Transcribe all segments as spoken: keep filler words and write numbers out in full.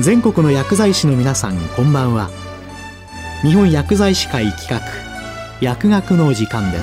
全国の薬剤師の皆さん、こんばんは。日本薬剤師会企画、薬学の時間です。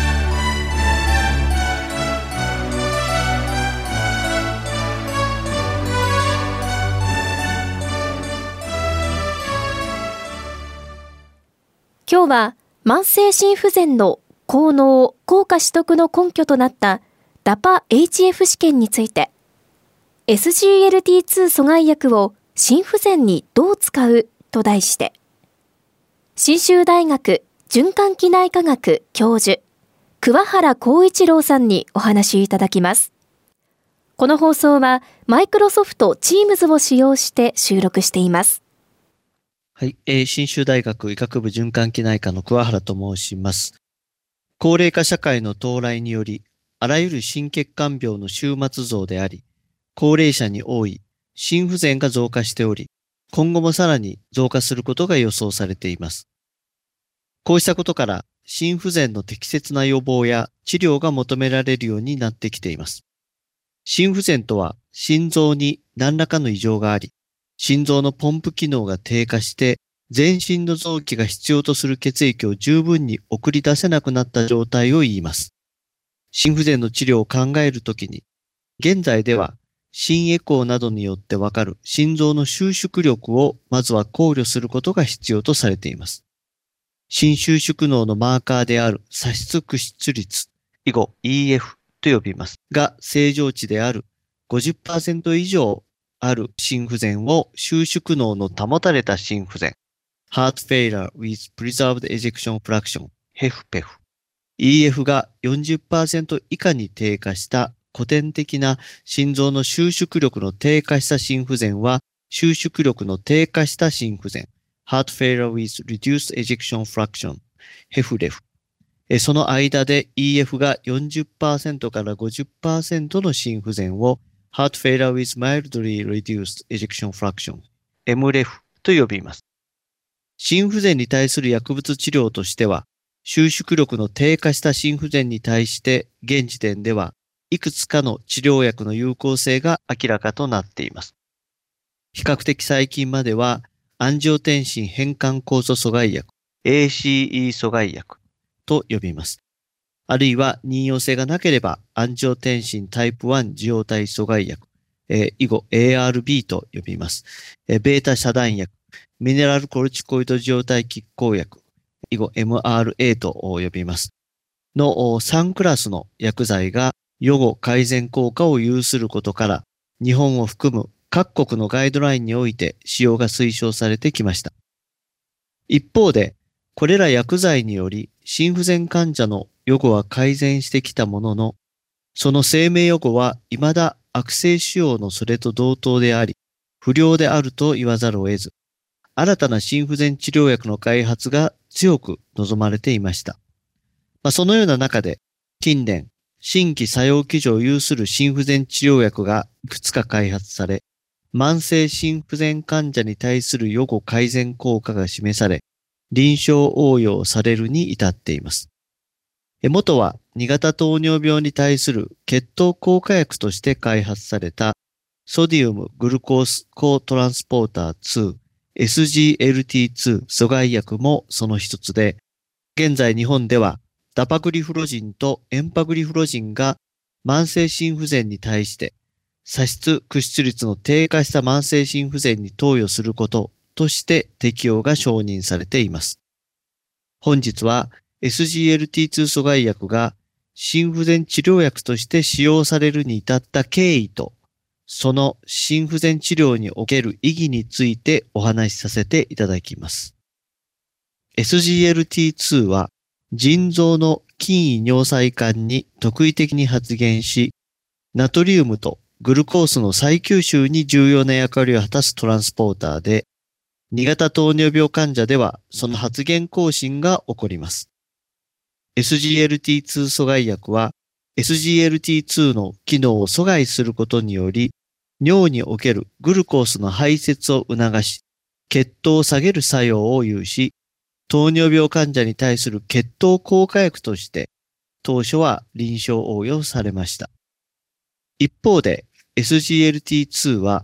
今日は慢性心不全の効能・効果取得の根拠となった ダパエイチエフ 試験について、 エスジーエルティーツー 阻害薬を心不全にどう使うと題して、信州大学循環器内科学教授桑原光一郎さんにお話いただきます。この放送はマイクロソフト Teams を使用して収録しています。 はい、えー、信州大学医学部循環器内科の桑原と申します。高齢化社会の到来により、あらゆる心血管病の終末増であり、高齢者に多い心不全が増加しており、今後もさらに増加することが予想されています。こうしたことから、心不全の適切な予防や治療が求められるようになってきています。心不全とは、心臓に何らかの異常があり、心臓のポンプ機能が低下して、全身の臓器が必要とする血液を十分に送り出せなくなった状態を言います。心不全の治療を考えるときに、現在では心エコーなどによってわかる心臓の収縮力をまずは考慮することが必要とされています。心収縮能のマーカーである左室屈出率、以後 イーエフ と呼びますが、正常値である ごじゅっパーセント 以上ある心不全を収縮能の保たれた心不全、Heart Failure with Preserved Ejection Fraction ヘフペフ、イーエフ が よんじゅっパーセント 以下に低下した古典的な心臓の収縮力の低下した心不全は、収縮力の低下した心不全、Heart Failure with Reduced Ejection Fraction ヘフレフ。その間で イーエフ が よんじゅっパーセント から ごじゅっパーセント の心不全をHeart Failure with Mildly Reduced Ejection Fraction エムレフ と呼びます。心不全に対する薬物治療としては、収縮力の低下した心不全に対して現時点ではいくつかの治療薬の有効性が明らかとなっています。比較的最近まではアンジオテンシン変換酵素阻害薬 エーシーイー 阻害薬と呼びます。あるいは妊用性がなければアンジオテンシンタイプワン受容体阻害薬、えー、以後 エーアールビー と呼びます。えー、ベータ遮断薬、ミネラルコルチコイド受容体拮抗薬、以後 エムアールエー と呼びます。のさんクラスの薬剤が予後改善効果を有することから、日本を含む各国のガイドラインにおいて使用が推奨されてきました。一方で、これら薬剤により心不全患者の予後は改善してきたものの、その生命予後は未だ悪性腫瘍のそれと同等であり、不良であると言わざるを得ず、新たな心不全治療薬の開発が強く望まれていました。まあ、そのような中で、近年、新規作用基準を有する心不全治療薬がいくつか開発され、慢性心不全患者に対する予後改善効果が示され、臨床応用されるに至っています。元はに型糖尿病に対する血糖効果薬として開発されたソディウムグルコースコトランスポーターツー エスジーエルティーツー 阻害薬もその一つで、現在日本ではダパグリフロジンとエンパグリフロジンが慢性心不全に対して左室屈出率の低下した慢性心不全に投与することとして適用が承認されています。本日は エスジーエルティーツー 阻害薬が心不全治療薬として使用されるに至った経緯と、その心不全治療における意義についてお話しさせていただきます。エスジーエルティーツー は腎臓の筋位尿細管に特異的に発現し、ナトリウムとグルコースの再吸収に重要な役割を果たすトランスポーターで、に型糖尿病患者ではその発現更新が起こります。エスジーエルティーツー 阻害薬は エスジーエルティーツー の機能を阻害することにより、尿におけるグルコースの排泄を促し、血糖を下げる作用を有し、糖尿病患者に対する血糖効果薬として当初は臨床応用されました。一方で エスジーエルティーツー は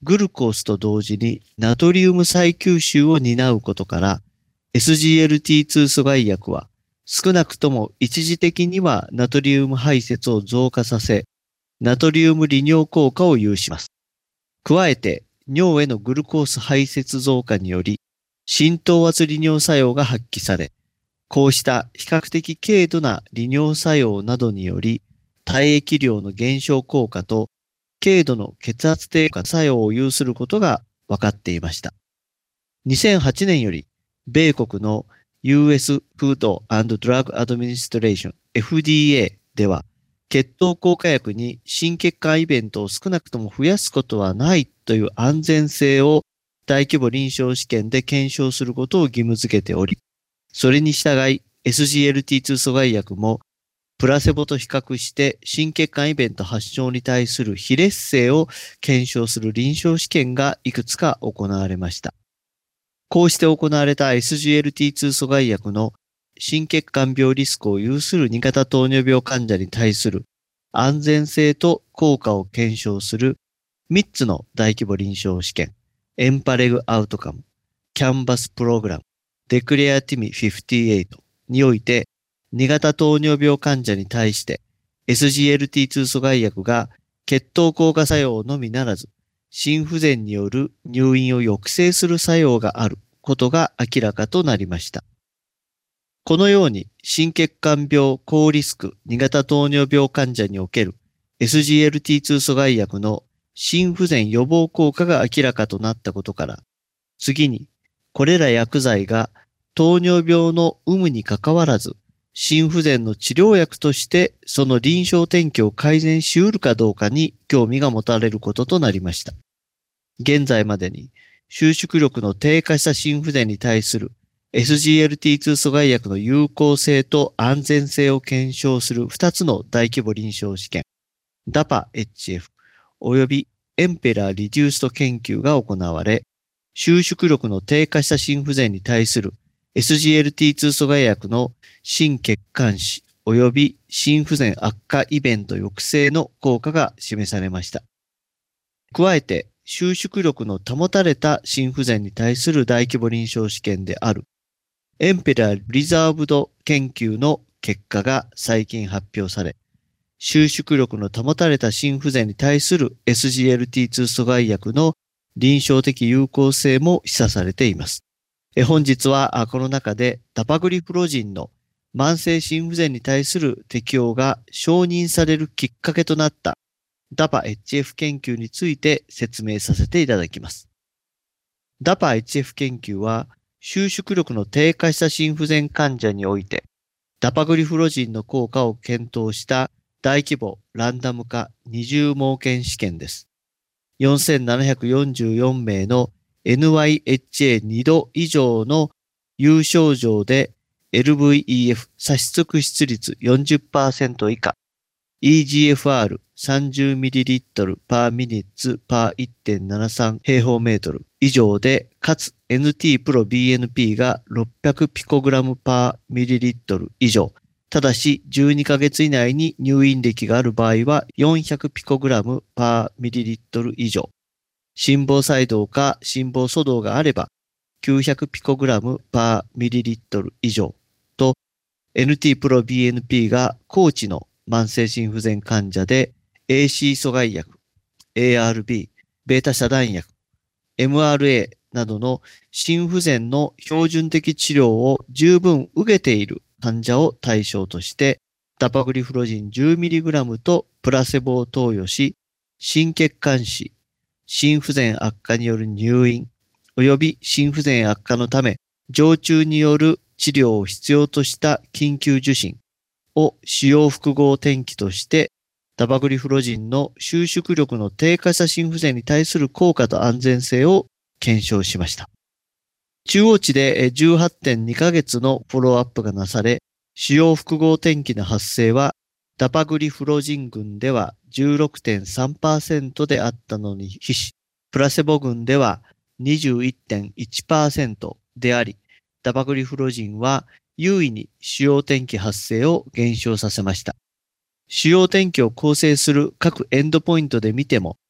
グルコースと同時にナトリウム再吸収を担うことから、エスジーエルティーツー 阻害薬は少なくとも一時的にはナトリウム排泄を増加させ、ナトリウム利尿効果を有します。加えて、尿へのグルコース排泄増加により、浸透圧利尿作用が発揮され、こうした比較的軽度な利尿作用などにより、体液量の減少効果と軽度の血圧低下作用を有することが分かっていました。にせんはちねんより、米国の ユーエス Food and Drug Administration エフディーエー では、血糖効果薬に心血管イベントを少なくとも増やすことはないという安全性を大規模臨床試験で検証することを義務付けており、それに従い エスジーエルティーツー 阻害薬もプラセボと比較して心血管イベント発症に対する非劣性を検証する臨床試験がいくつか行われました。こうして行われた エスジーエルティーツー 阻害薬の心血管病リスクを有するに型糖尿病患者に対する安全性と効果を検証するみっつの大規模臨床試験、エンパレグアウトカム、キャンバスプログラム、デクレアティミごじゅうはちにおいてに型糖尿病患者に対して エスジーエルティーツー 阻害薬が血糖効果作用のみならず、心不全による入院を抑制する作用があることが明らかとなりました。このように心血管病高リスクに型糖尿病患者における エスジーエルティーツー 阻害薬の心不全予防効果が明らかとなったことから、次にこれら薬剤が糖尿病の有無にかかわらず、心不全の治療薬としてその臨床転居を改善し得るかどうかに興味が持たれることとなりました。現在までに収縮力の低下した心不全に対する エスジーエルティーツー 阻害薬の有効性と安全性を検証するふたつの大規模臨床試験、ダパエイチエフ およびエンペラーリデュースト研究が行われ、収縮力の低下した心不全に対する エスジーエルティーツー 阻害薬の心血管死および心不全悪化イベント抑制の効果が示されました。加えて、収縮力の保たれた心不全に対する大規模臨床試験であるエンペラーリザーブド研究の結果が最近発表され、収縮力の保たれた心不全に対する エスジーエルティーツー 阻害薬の臨床的有効性も示唆されています。え本日はこの中でダパグリフロジンの慢性心不全に対する適用が承認されるきっかけとなったダパエイチエフ 研究について説明させていただきます。ダパエイチエフ 研究は収縮力の低下した心不全患者においてダパグリフロジンの効果を検討した大規模ランダム化二重盲検試験です。よんせんななひゃくよんじゅうよんめいの エヌワイエイチエーに 度以上の有症状で エルブイイーエフ 左室屈出率 よんじゅっパーセント 以下、イージーエフアールさんじゅうミリリットル per minute per いってんななさん 平方メートル以上で、かつ エヌティー プロ ビーエヌピー がろっぴゃくピコグラム per ミリリットル以上、ただしじゅうにかげつ以内に入院歴がある場合はよんひゃくピコグラム per ミリリットル以上、心房細動か心房粗動があればきゅうひゃくピコグラム per ミリリットル以上と、 エヌティー プロ ビーエヌピー が高知の慢性心不全患者で エーシー 阻害薬、エーアールビー、ベータ遮断薬、エムアールエー などの心不全の標準的治療を十分受けている患者を対象として、ダパグリフロジン じゅうミリグラム とプラセボを投与し、心血管死、心不全悪化による入院、及び心不全悪化のため、常駐による治療を必要とした緊急受診を主要複合転機として、ダパグリフロジンの収縮力の低下した心不全に対する効果と安全性を検証しました。中央値で じゅうはちてんにかげつのフォローアップがなされ、主要複合転機の発生はダパグリフロジン群では じゅうろくてんさんパーセント であったのに比し、プラセボ群では にじゅういってんいちパーセント であり、ダパグリフロジンは優位に主要転機発生を減少させました。主要転機を構成する各エンドポイントで見ても、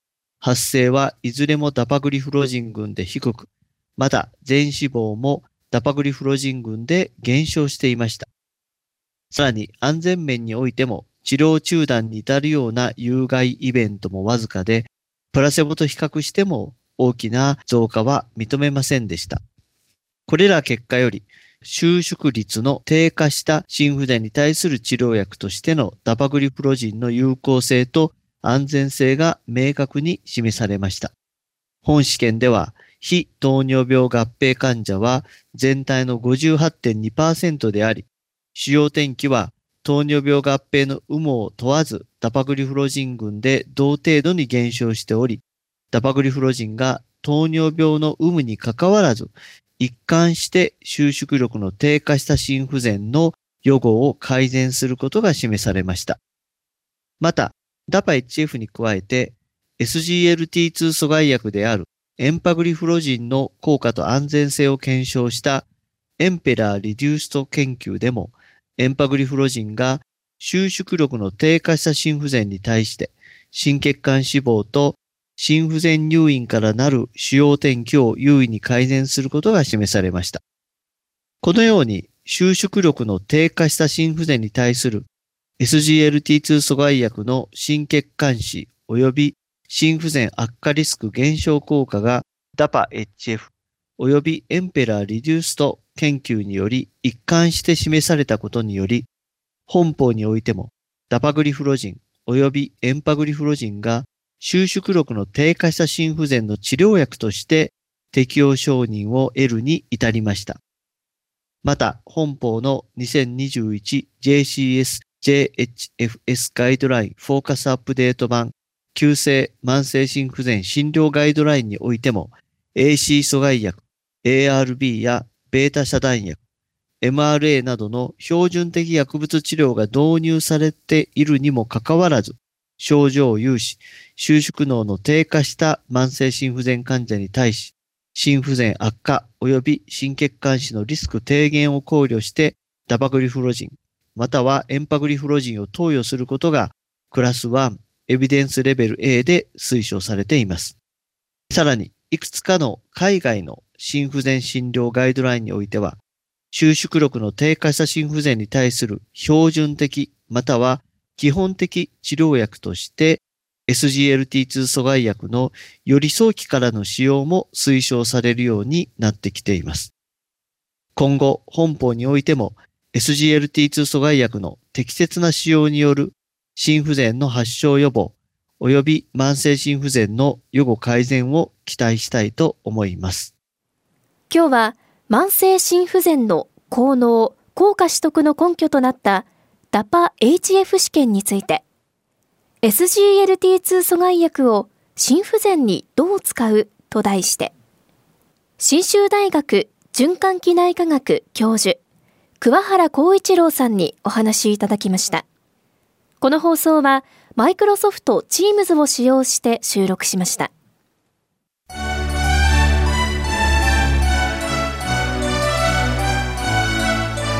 発生はいずれもダパグリフロジン群で低く、また全死亡もダパグリフロジン群で減少していました。さらに安全面においても治療中断に至るような有害イベントもわずかで、プラセボと比較しても大きな増加は認めませんでした。これら結果より、収縮率の低下した心不全に対する治療薬としてのダパグリフロジンの有効性と安全性が明確に示されました。本試験では、非糖尿病合併患者は全体の ごじゅうはちてんにパーセント であり、主要転機は糖尿病合併の有無を問わずダパグリフロジン群で同程度に減少しており、ダパグリフロジンが糖尿病の有無にかかわらず、一貫して収縮力の低下した心不全の予後を改善することが示されました。また、ダパ エイチエフ に加えて エスジーエルティーツー 阻害薬であるエンパグリフロジンの効果と安全性を検証したエンペラー・リデュースト研究でも、エンパグリフロジンが収縮力の低下した心不全に対して心血管死亡と心不全入院からなる主要転機を優位に改善することが示されました。このように収縮力の低下した心不全に対する エスジーエルティーツー 阻害薬の心血管死及び心不全悪化リスク減少効果が ダパ エイチエフ 及びエンペラー・リデュースト研究により一貫して示されたことにより、本法においてもダパグリフロジン及びエンパグリフロジンが収縮力の低下した心不全の治療薬として適用承認を得るに至りました。また、本法のにせんにじゅういち ジェーシーエス ジェーエイチエフエス ガイドラインフォーカスアップデート版急性慢性心不全診療ガイドラインにおいても エーシー 阻害薬、エーアールビー やベータ遮断薬、エムアールエー などの標準的薬物治療が導入されているにもかかわらず、症状を有し、収縮能の低下した慢性心不全患者に対し、心不全悪化及び心血管死のリスク低減を考慮してダパグリフロジン、またはエンパグリフロジンを投与することがクラスいちエビデンスレベル A で推奨されています。さらに、いくつかの海外の心不全診療ガイドラインにおいては、収縮力の低下した心不全に対する標準的または基本的治療薬として エスジーエルティーツー 阻害薬のより早期からの使用も推奨されるようになってきています。今後、本法においても エスジーエルティーツー 阻害薬の適切な使用による心不全の発症予防及び慢性心不全の予後改善を期待したいと思います。 今日は慢性心不全の効能・効果取得の根拠となったダパ エイチエフ 試験について、エスジーエルティーツー 阻害薬を心不全にどう使うと題して、信州大学循環器内科学教授、桑原光一郎さんにお話しいただきました。この放送はマイクロソフト Teams を使用して収録しました。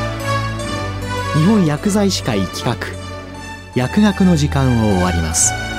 日本薬剤師会企画薬学の時間を終わります。